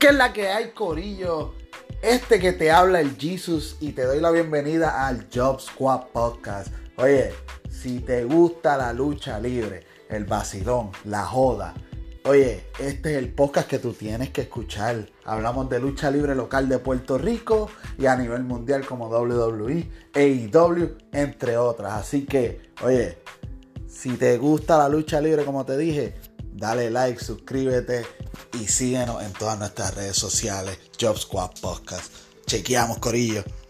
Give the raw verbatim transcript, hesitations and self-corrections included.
¿Qué es la que hay, corillo? Este que te habla el Jesus y te doy la bienvenida al Job Squad Podcast. Oye, si te gusta la lucha libre, el vacilón, la joda, oye, este es el podcast que tú tienes que escuchar. Hablamos de lucha libre local de Puerto Rico y a nivel mundial como doble u doble u E, A E W, entre otras. Así que, oye, si te gusta la lucha libre, como te dije, dale like, suscríbete y síguenos en todas nuestras redes sociales. Job Squad Podcast. Chequeamos, corillo.